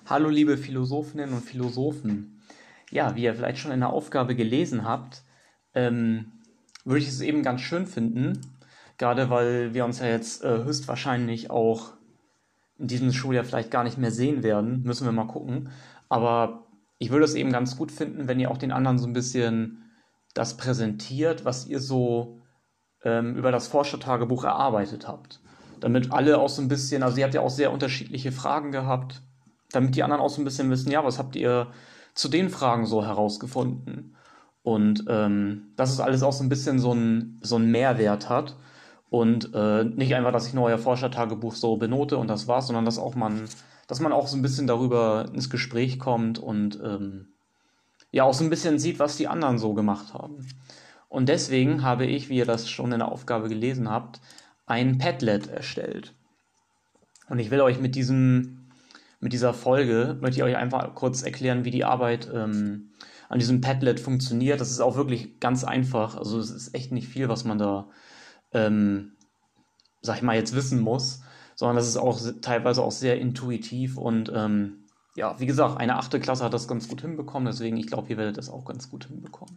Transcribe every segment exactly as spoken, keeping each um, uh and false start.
Hallo liebe Philosophinnen und Philosophen. Ja, wie ihr vielleicht schon in der Aufgabe gelesen habt, ähm, würde ich es eben ganz schön finden, gerade weil wir uns ja jetzt äh, höchstwahrscheinlich auch in diesem Schuljahr vielleicht gar nicht mehr sehen werden, müssen wir mal gucken. Aber ich würde es eben ganz gut finden, wenn ihr auch den anderen so ein bisschen das präsentiert, was ihr so ähm, über das Forschertagebuch erarbeitet habt. Damit alle auch so ein bisschen, also ihr habt ja auch sehr unterschiedliche Fragen gehabt, damit die anderen auch so ein bisschen wissen, ja, was habt ihr zu den Fragen so herausgefunden? Und ähm, dass es alles auch so ein bisschen so ein, so einen Mehrwert hat. Und äh, nicht einfach, dass ich nur euer Forschertagebuch so benote und das war's, sondern dass auch man, dass man auch so ein bisschen darüber ins Gespräch kommt und ähm, ja auch so ein bisschen sieht, was die anderen so gemacht haben. Und deswegen habe ich, wie ihr das schon in der Aufgabe gelesen habt, ein Padlet erstellt. Und ich will euch mit diesem, mit dieser Folge, möchte ich euch einfach kurz erklären, wie die Arbeit ähm, an diesem Padlet funktioniert. Das ist auch wirklich ganz einfach. Also es ist echt nicht viel, was man da, ähm, sag ich mal, jetzt wissen muss, sondern das ist auch teilweise auch sehr intuitiv und ähm, ja, wie gesagt, eine achte Klasse hat das ganz gut hinbekommen, deswegen ich glaube, ihr werdet das auch ganz gut hinbekommen.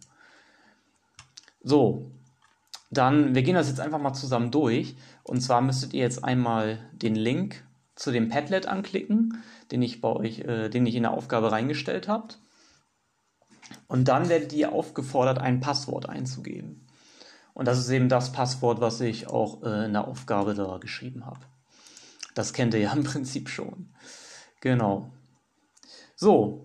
So, dann, wir gehen das jetzt einfach mal zusammen durch. Und zwar müsstet ihr jetzt einmal den Link zu dem Padlet anklicken, den ich bei euch, äh, den ich in der Aufgabe reingestellt habt. Und dann werdet ihr aufgefordert, ein Passwort einzugeben. Und das ist eben das Passwort, was ich auch äh, in der Aufgabe da geschrieben habe. Das kennt ihr ja im Prinzip schon. Genau. So,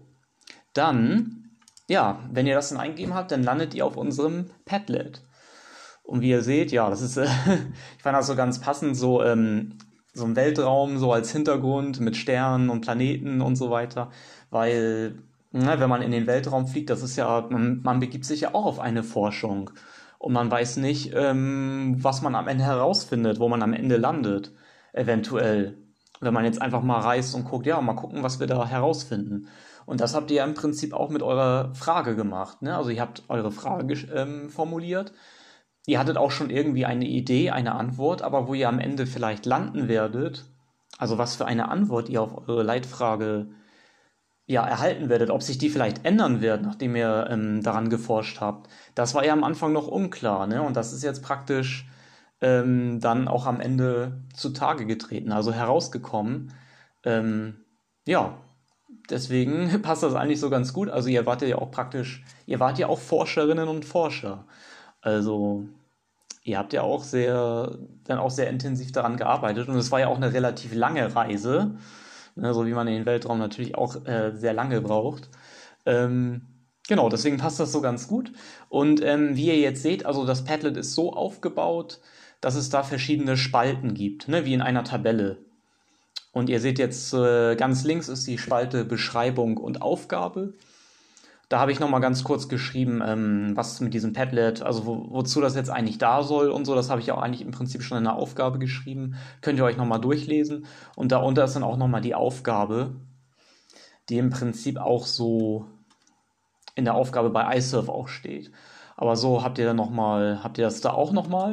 dann, ja, wenn ihr das dann eingegeben habt, dann landet ihr auf unserem Padlet. Und wie ihr seht, ja, das ist, äh, ich fand das so ganz passend, so, ähm, so ein Weltraum, so als Hintergrund mit Sternen und Planeten und so weiter. Weil, na, wenn man in den Weltraum fliegt, das ist ja, man, man begibt sich ja auch auf eine Forschung. Und man weiß nicht, ähm, was man am Ende herausfindet, wo man am Ende landet, eventuell. Wenn man jetzt einfach mal reist und guckt, ja, mal gucken, was wir da herausfinden. Und das habt ihr ja im Prinzip auch mit eurer Frage gemacht, ne? Also ihr habt eure Frage ähm, formuliert. Ihr hattet auch schon irgendwie eine Idee, eine Antwort, aber wo ihr am Ende vielleicht landen werdet, also was für eine Antwort ihr auf eure Leitfrage ja erhalten werdet, ob sich die vielleicht ändern wird, nachdem ihr ähm, daran geforscht habt, das war ja am Anfang noch unklar, ne? Und das ist jetzt praktisch ähm, dann auch am Ende zutage getreten, also herausgekommen. Ähm, ja, deswegen passt das eigentlich so ganz gut. Also ihr wart ja auch praktisch, ihr wart ja auch Forscherinnen und Forscher. Also ihr habt ja auch sehr, dann auch sehr intensiv daran gearbeitet und es war ja auch eine relativ lange Reise, ne, so wie man in den Weltraum natürlich auch äh, sehr lange braucht. Ähm, genau, deswegen passt das so ganz gut. Und ähm, wie ihr jetzt seht, also das Padlet ist so aufgebaut, dass es da verschiedene Spalten gibt, ne, wie in einer Tabelle. Und ihr seht jetzt äh, ganz links ist die Spalte Beschreibung und Aufgabe. Da habe ich nochmal ganz kurz geschrieben, ähm, was mit diesem Padlet, also wo, wozu das jetzt eigentlich da soll und so. Das habe ich auch eigentlich im Prinzip schon in der Aufgabe geschrieben. Könnt ihr euch nochmal durchlesen. Und darunter ist dann auch nochmal die Aufgabe, die im Prinzip auch so in der Aufgabe bei iSurf auch steht. Aber so habt ihr dann nochmal, habt ihr das da auch nochmal.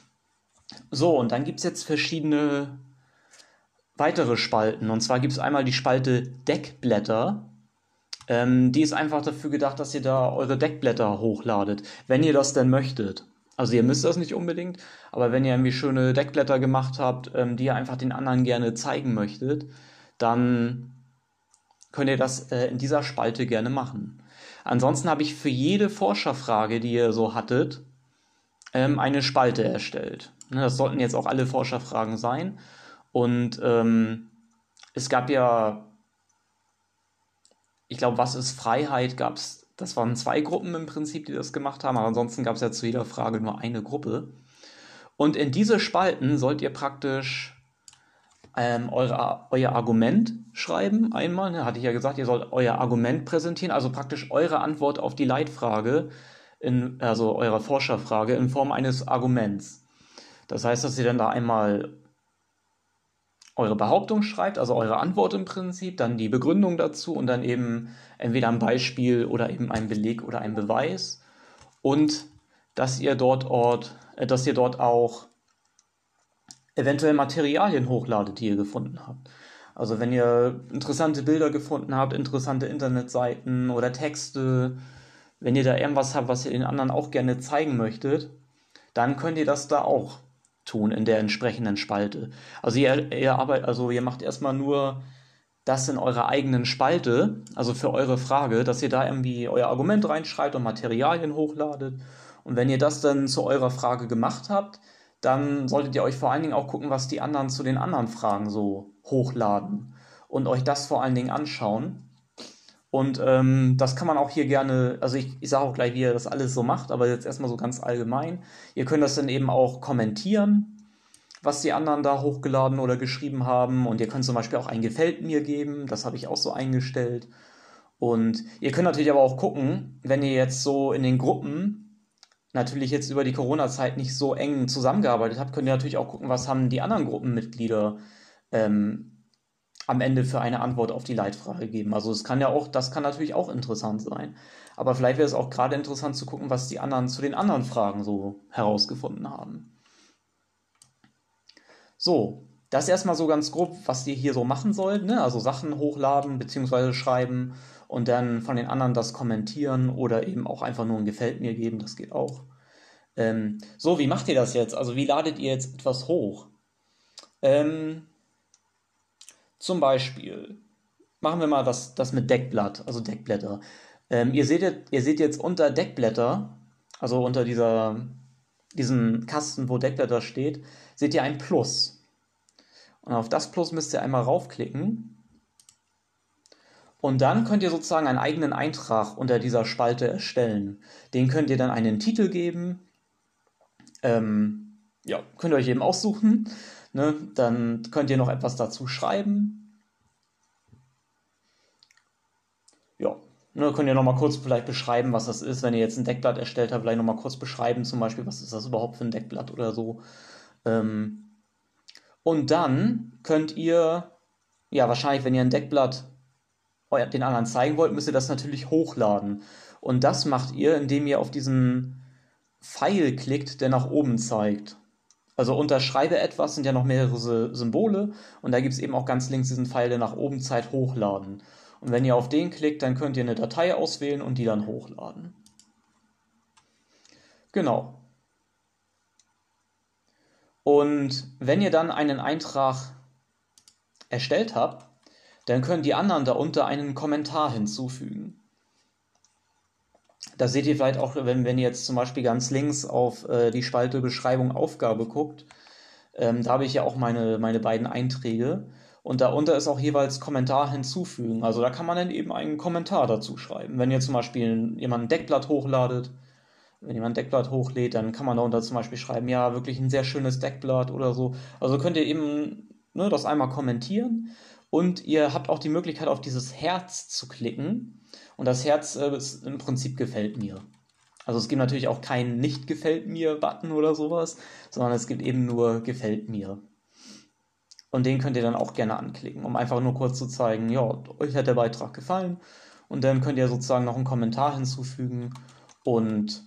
So, und dann gibt es jetzt verschiedene weitere Spalten. Und zwar gibt es einmal die Spalte Deckblätter. Ähm, die ist einfach dafür gedacht, dass ihr da eure Deckblätter hochladet, wenn ihr das denn möchtet. Also ihr müsst das nicht unbedingt, aber wenn ihr irgendwie schöne Deckblätter gemacht habt, ähm, die ihr einfach den anderen gerne zeigen möchtet, dann könnt ihr das äh, in dieser Spalte gerne machen. Ansonsten habe ich für jede Forscherfrage, die ihr so hattet, ähm, eine Spalte erstellt. Ne, das sollten jetzt auch alle Forscherfragen sein. Und ähm, es gab ja ich glaube, was ist Freiheit, gab es, das waren zwei Gruppen im Prinzip, die das gemacht haben, aber ansonsten gab es ja zu jeder Frage nur eine Gruppe. Und in diese Spalten sollt ihr praktisch ähm, eure, euer Argument schreiben, einmal, ne, hatte ich ja gesagt, ihr sollt euer Argument präsentieren, also praktisch eure Antwort auf die Leitfrage, in, also eurer Forscherfrage in Form eines Arguments. Das heißt, dass ihr dann da einmal eure Behauptung schreibt, also eure Antwort im Prinzip, dann die Begründung dazu und dann eben entweder ein Beispiel oder eben ein Beleg oder ein Beweis und dass ihr dort, Ort, äh, dass ihr dort auch eventuell Materialien hochladet, die ihr gefunden habt. Also wenn ihr interessante Bilder gefunden habt, interessante Internetseiten oder Texte, wenn ihr da irgendwas habt, was ihr den anderen auch gerne zeigen möchtet, dann könnt ihr das da auch tun in der entsprechenden Spalte. Also ihr, ihr arbeitet, also ihr macht erstmal nur das in eurer eigenen Spalte, also für eure Frage, dass ihr da irgendwie euer Argument reinschreibt und Materialien hochladet. Und wenn ihr das dann zu eurer Frage gemacht habt, dann solltet ihr euch vor allen Dingen auch gucken, was die anderen zu den anderen Fragen so hochladen und euch das vor allen Dingen anschauen. Und ähm, das kann man auch hier gerne, also ich, ich sage auch gleich, wie ihr das alles so macht, aber jetzt erstmal so ganz allgemein. Ihr könnt das dann eben auch kommentieren, was die anderen da hochgeladen oder geschrieben haben. Und ihr könnt zum Beispiel auch ein Gefällt mir geben, das habe ich auch so eingestellt. Und ihr könnt natürlich aber auch gucken, wenn ihr jetzt so in den Gruppen natürlich jetzt über die Corona-Zeit nicht so eng zusammengearbeitet habt, könnt ihr natürlich auch gucken, was haben die anderen Gruppenmitglieder ähm, am Ende für eine Antwort auf die Leitfrage geben. Also es kann ja auch, das kann natürlich auch interessant sein. Aber vielleicht wäre es auch gerade interessant zu gucken, was die anderen zu den anderen Fragen so herausgefunden haben. So, das erstmal so ganz grob, was ihr hier so machen sollt, ne? Also Sachen hochladen bzw. schreiben und dann von den anderen das kommentieren oder eben auch einfach nur ein Gefällt mir geben, das geht auch. Ähm, so, wie macht ihr das jetzt? Also wie ladet ihr jetzt etwas hoch? Ähm, zum Beispiel, machen wir mal das, das mit Deckblatt, also Deckblätter. Ähm, ihr seht, jetzt- ihr seht jetzt unter Deckblätter, also unter dieser, diesem Kasten, wo Deckblätter steht, seht ihr ein Plus. Und auf das Plus müsst ihr einmal raufklicken. Und dann könnt ihr sozusagen einen eigenen Eintrag unter dieser Spalte erstellen. Den könnt ihr dann einen Titel geben. Ähm, ja, könnt ihr euch eben aussuchen. Ne? Dann könnt ihr noch etwas dazu schreiben. Ja, ne, könnt ihr nochmal kurz vielleicht beschreiben, was das ist. Wenn ihr jetzt ein Deckblatt erstellt habt, vielleicht nochmal kurz beschreiben, zum Beispiel, was ist das überhaupt für ein Deckblatt oder so. Ähm, und dann könnt ihr, ja, wahrscheinlich, wenn ihr ein Deckblatt euer- den anderen zeigen wollt, müsst ihr das natürlich hochladen. Und das macht ihr, indem ihr auf diesen Pfeil klickt, der nach oben zeigt. Also unter Schreibe etwas sind ja noch mehrere Sy- Symbole und da gibt es eben auch ganz links diesen Pfeil, der nach oben zeigt, hochladen. Und wenn ihr auf den klickt, dann könnt ihr eine Datei auswählen und die dann hochladen. Genau. Und wenn ihr dann einen Eintrag erstellt habt, dann können die anderen darunter einen Kommentar hinzufügen. Das seht ihr vielleicht auch, wenn, wenn ihr jetzt zum Beispiel ganz links auf äh, die Spalte Beschreibung Aufgabe guckt. Ähm, da habe ich ja auch meine, meine beiden Einträge. Und darunter ist auch jeweils Kommentar hinzufügen. Also da kann man dann eben einen Kommentar dazu schreiben. Wenn ihr zum Beispiel jemand ein Deckblatt hochladet, wenn jemand ein Deckblatt hochlädt, dann kann man darunter zum Beispiel schreiben, ja, wirklich ein sehr schönes Deckblatt oder so. Also könnt ihr eben ne, das einmal kommentieren. Und ihr habt auch die Möglichkeit, auf dieses Herz zu klicken. Und das Herz äh, ist im Prinzip gefällt mir. Also es gibt natürlich auch keinen Nicht-Gefällt mir-Button oder sowas, sondern es gibt eben nur Gefällt mir. Und den könnt ihr dann auch gerne anklicken, um einfach nur kurz zu zeigen, ja, euch hat der Beitrag gefallen. Und dann könnt ihr sozusagen noch einen Kommentar hinzufügen und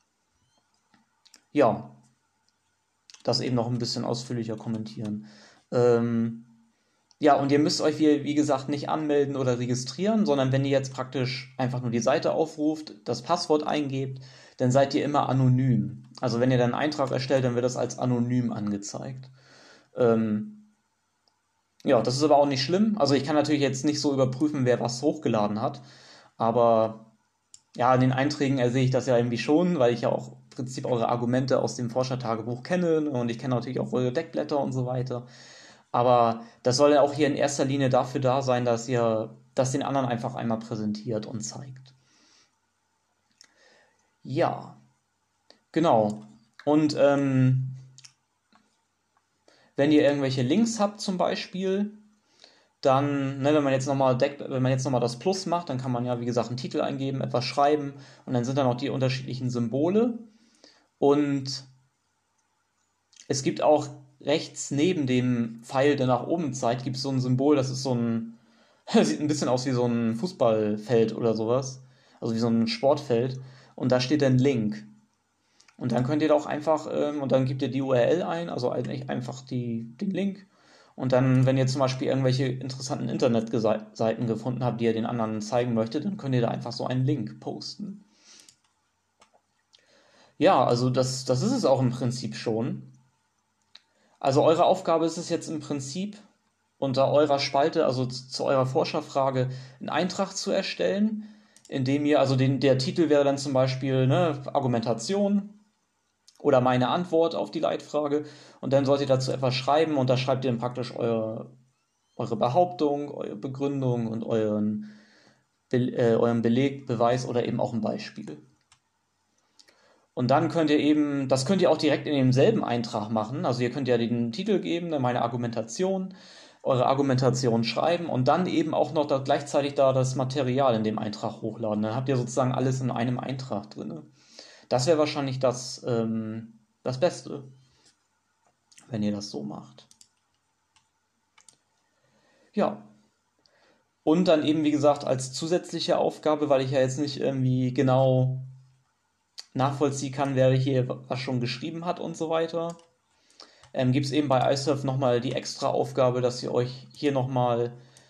ja, das eben noch ein bisschen ausführlicher kommentieren. Ähm, ja, und ihr müsst euch, wie, wie gesagt, nicht anmelden oder registrieren, sondern wenn ihr jetzt praktisch einfach nur die Seite aufruft, das Passwort eingebt, dann seid ihr immer anonym. Also wenn ihr dann einen Eintrag erstellt, dann wird das als anonym angezeigt. Ähm, ja, das ist aber auch nicht schlimm. Also ich kann natürlich jetzt nicht so überprüfen, wer was hochgeladen hat, aber ja, in den Einträgen sehe ich das ja irgendwie schon, weil ich ja auch im Prinzip eure Argumente aus dem Forschertagebuch kenne ne, und ich kenne natürlich auch eure Deckblätter und so weiter. Aber das soll ja auch hier in erster Linie dafür da sein, dass ihr das den anderen einfach einmal präsentiert und zeigt. Ja, genau. Und ähm, wenn ihr irgendwelche Links habt zum Beispiel, dann, ne, wenn man jetzt nochmal wenn man jetzt nochmal das Plus macht, dann kann man ja, wie gesagt, einen Titel eingeben, etwas schreiben und dann sind da noch die unterschiedlichen Symbole. Und es gibt auch rechts neben dem Pfeil, der nach oben zeigt, gibt es so ein Symbol, das ist so ein, sieht ein bisschen aus wie so ein Fußballfeld oder sowas. Also wie so ein Sportfeld. Und da steht dann Link. Und dann könnt ihr da auch einfach, ähm, und dann gebt ihr die U R L ein, also eigentlich einfach die, den Link. Und dann, wenn ihr zum Beispiel irgendwelche interessanten Internetseiten gefunden habt, die ihr den anderen zeigen möchtet, dann könnt ihr da einfach so einen Link posten. Ja, also das, das ist es auch im Prinzip schon. Also eure Aufgabe ist es jetzt im Prinzip, unter eurer Spalte, also zu, zu eurer Forscherfrage, einen Eintrag zu erstellen, indem ihr, also den, der Titel wäre dann zum Beispiel, ne, Argumentation oder meine Antwort auf die Leitfrage, und dann sollt ihr dazu etwas schreiben, und da schreibt ihr dann praktisch eure, eure Behauptung, eure Begründung und euren, Be äh, euren Beleg, Beweis oder eben auch ein Beispiel. Und dann könnt ihr eben, das könnt ihr auch direkt in demselben Eintrag machen, also ihr könnt ja den Titel geben, ne, meine Argumentation, eure Argumentation schreiben und dann eben auch noch da gleichzeitig da das Material in dem Eintrag hochladen. Dann habt ihr sozusagen alles in einem Eintrag drin. Das wäre wahrscheinlich das, ähm, das Beste, wenn ihr das so macht. Ja. Und dann eben, wie gesagt, als zusätzliche Aufgabe, weil ich ja jetzt nicht irgendwie genau nachvollziehen kann, wer hier was schon geschrieben hat und so weiter, ähm, gibt es eben bei iSurf nochmal die extra Aufgabe, dass ihr euch hier nochmal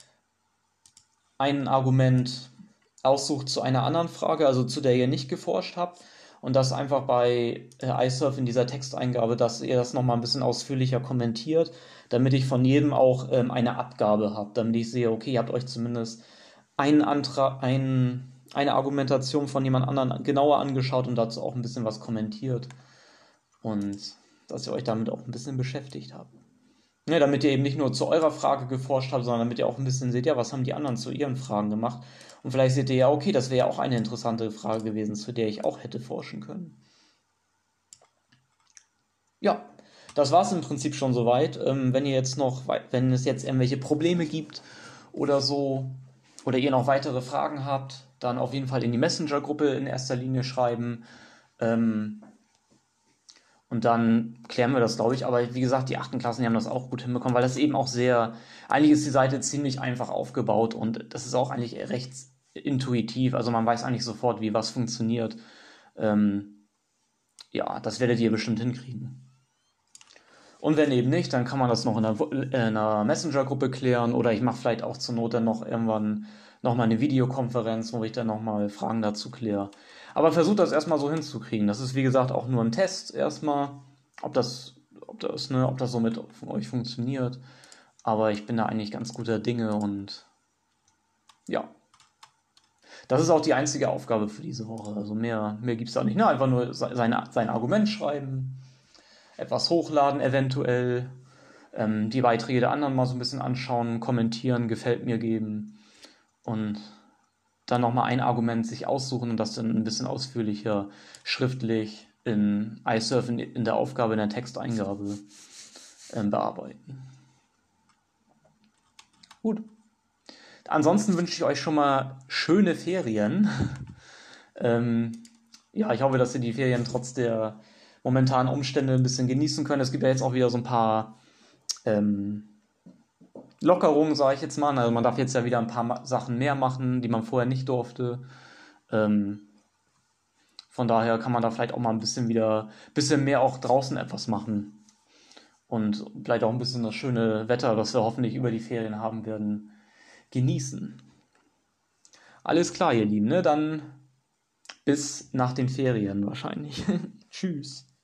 ein Argument aussucht zu einer anderen Frage, also zu der ihr nicht geforscht habt, und das einfach bei äh, iSurf in dieser Texteingabe, dass ihr das nochmal ein bisschen ausführlicher kommentiert, damit ich von jedem auch ähm, eine Abgabe habe, damit ich sehe, okay, ihr habt euch zumindest einen Antrag, ein, eine Argumentation von jemand anderem genauer angeschaut und dazu auch ein bisschen was kommentiert, und dass ihr euch damit auch ein bisschen beschäftigt habt. Ja, damit ihr eben nicht nur zu eurer Frage geforscht habt, sondern damit ihr auch ein bisschen seht, ja, was haben die anderen zu ihren Fragen gemacht. Und vielleicht seht ihr ja, okay, das wäre ja auch eine interessante Frage gewesen, zu der ich auch hätte forschen können. Ja, das war es im Prinzip schon soweit. Ähm, wenn ihr jetzt noch, wenn es jetzt irgendwelche Probleme gibt oder so, oder ihr noch weitere Fragen habt, dann auf jeden Fall in die Messenger-Gruppe in erster Linie schreiben. Ähm, Und dann klären wir das, glaube ich. Aber wie gesagt, die achten Klassen, die haben das auch gut hinbekommen, weil das eben auch sehr, eigentlich ist die Seite ziemlich einfach aufgebaut und das ist auch eigentlich recht intuitiv. Also man weiß eigentlich sofort, wie was funktioniert. Ähm, ja, das werdet ihr bestimmt hinkriegen. Und wenn eben nicht, dann kann man das noch in einer, in einer Messenger-Gruppe klären, oder ich mache vielleicht auch zur Not dann noch irgendwann nochmal eine Videokonferenz, wo ich dann nochmal Fragen dazu kläre. Aber versucht das erstmal so hinzukriegen. Das ist, wie gesagt, auch nur ein Test erstmal, ob das, ob das, ne, ob das so mit euch funktioniert. Aber ich bin da eigentlich ganz guter Dinge, und ja. Das ist auch die einzige Aufgabe für diese Woche. Also mehr, mehr gibt es da nicht. Ne? Einfach nur seine, sein Argument schreiben, etwas hochladen eventuell, ähm, die Beiträge der anderen mal so ein bisschen anschauen, kommentieren, gefällt mir geben und dann nochmal ein Argument sich aussuchen und das dann ein bisschen ausführlicher schriftlich in iSurf in, in der Aufgabe, in der Texteingabe ähm, bearbeiten. Gut. Ansonsten wünsche ich euch schon mal schöne Ferien. ähm, ja, ich hoffe, dass ihr die Ferien trotz der momentanen Umstände ein bisschen genießen könnt. Es gibt ja jetzt auch wieder so ein paar ähm, Lockerungen, sage ich jetzt mal. Also man darf jetzt ja wieder ein paar Sachen mehr machen, die man vorher nicht durfte. Ähm, von daher kann man da vielleicht auch mal ein bisschen wieder, bisschen mehr auch draußen etwas machen. Und vielleicht auch ein bisschen das schöne Wetter, das wir hoffentlich über die Ferien haben werden, genießen. Alles klar, ihr Lieben, ne? Dann bis nach den Ferien wahrscheinlich. Tschüss.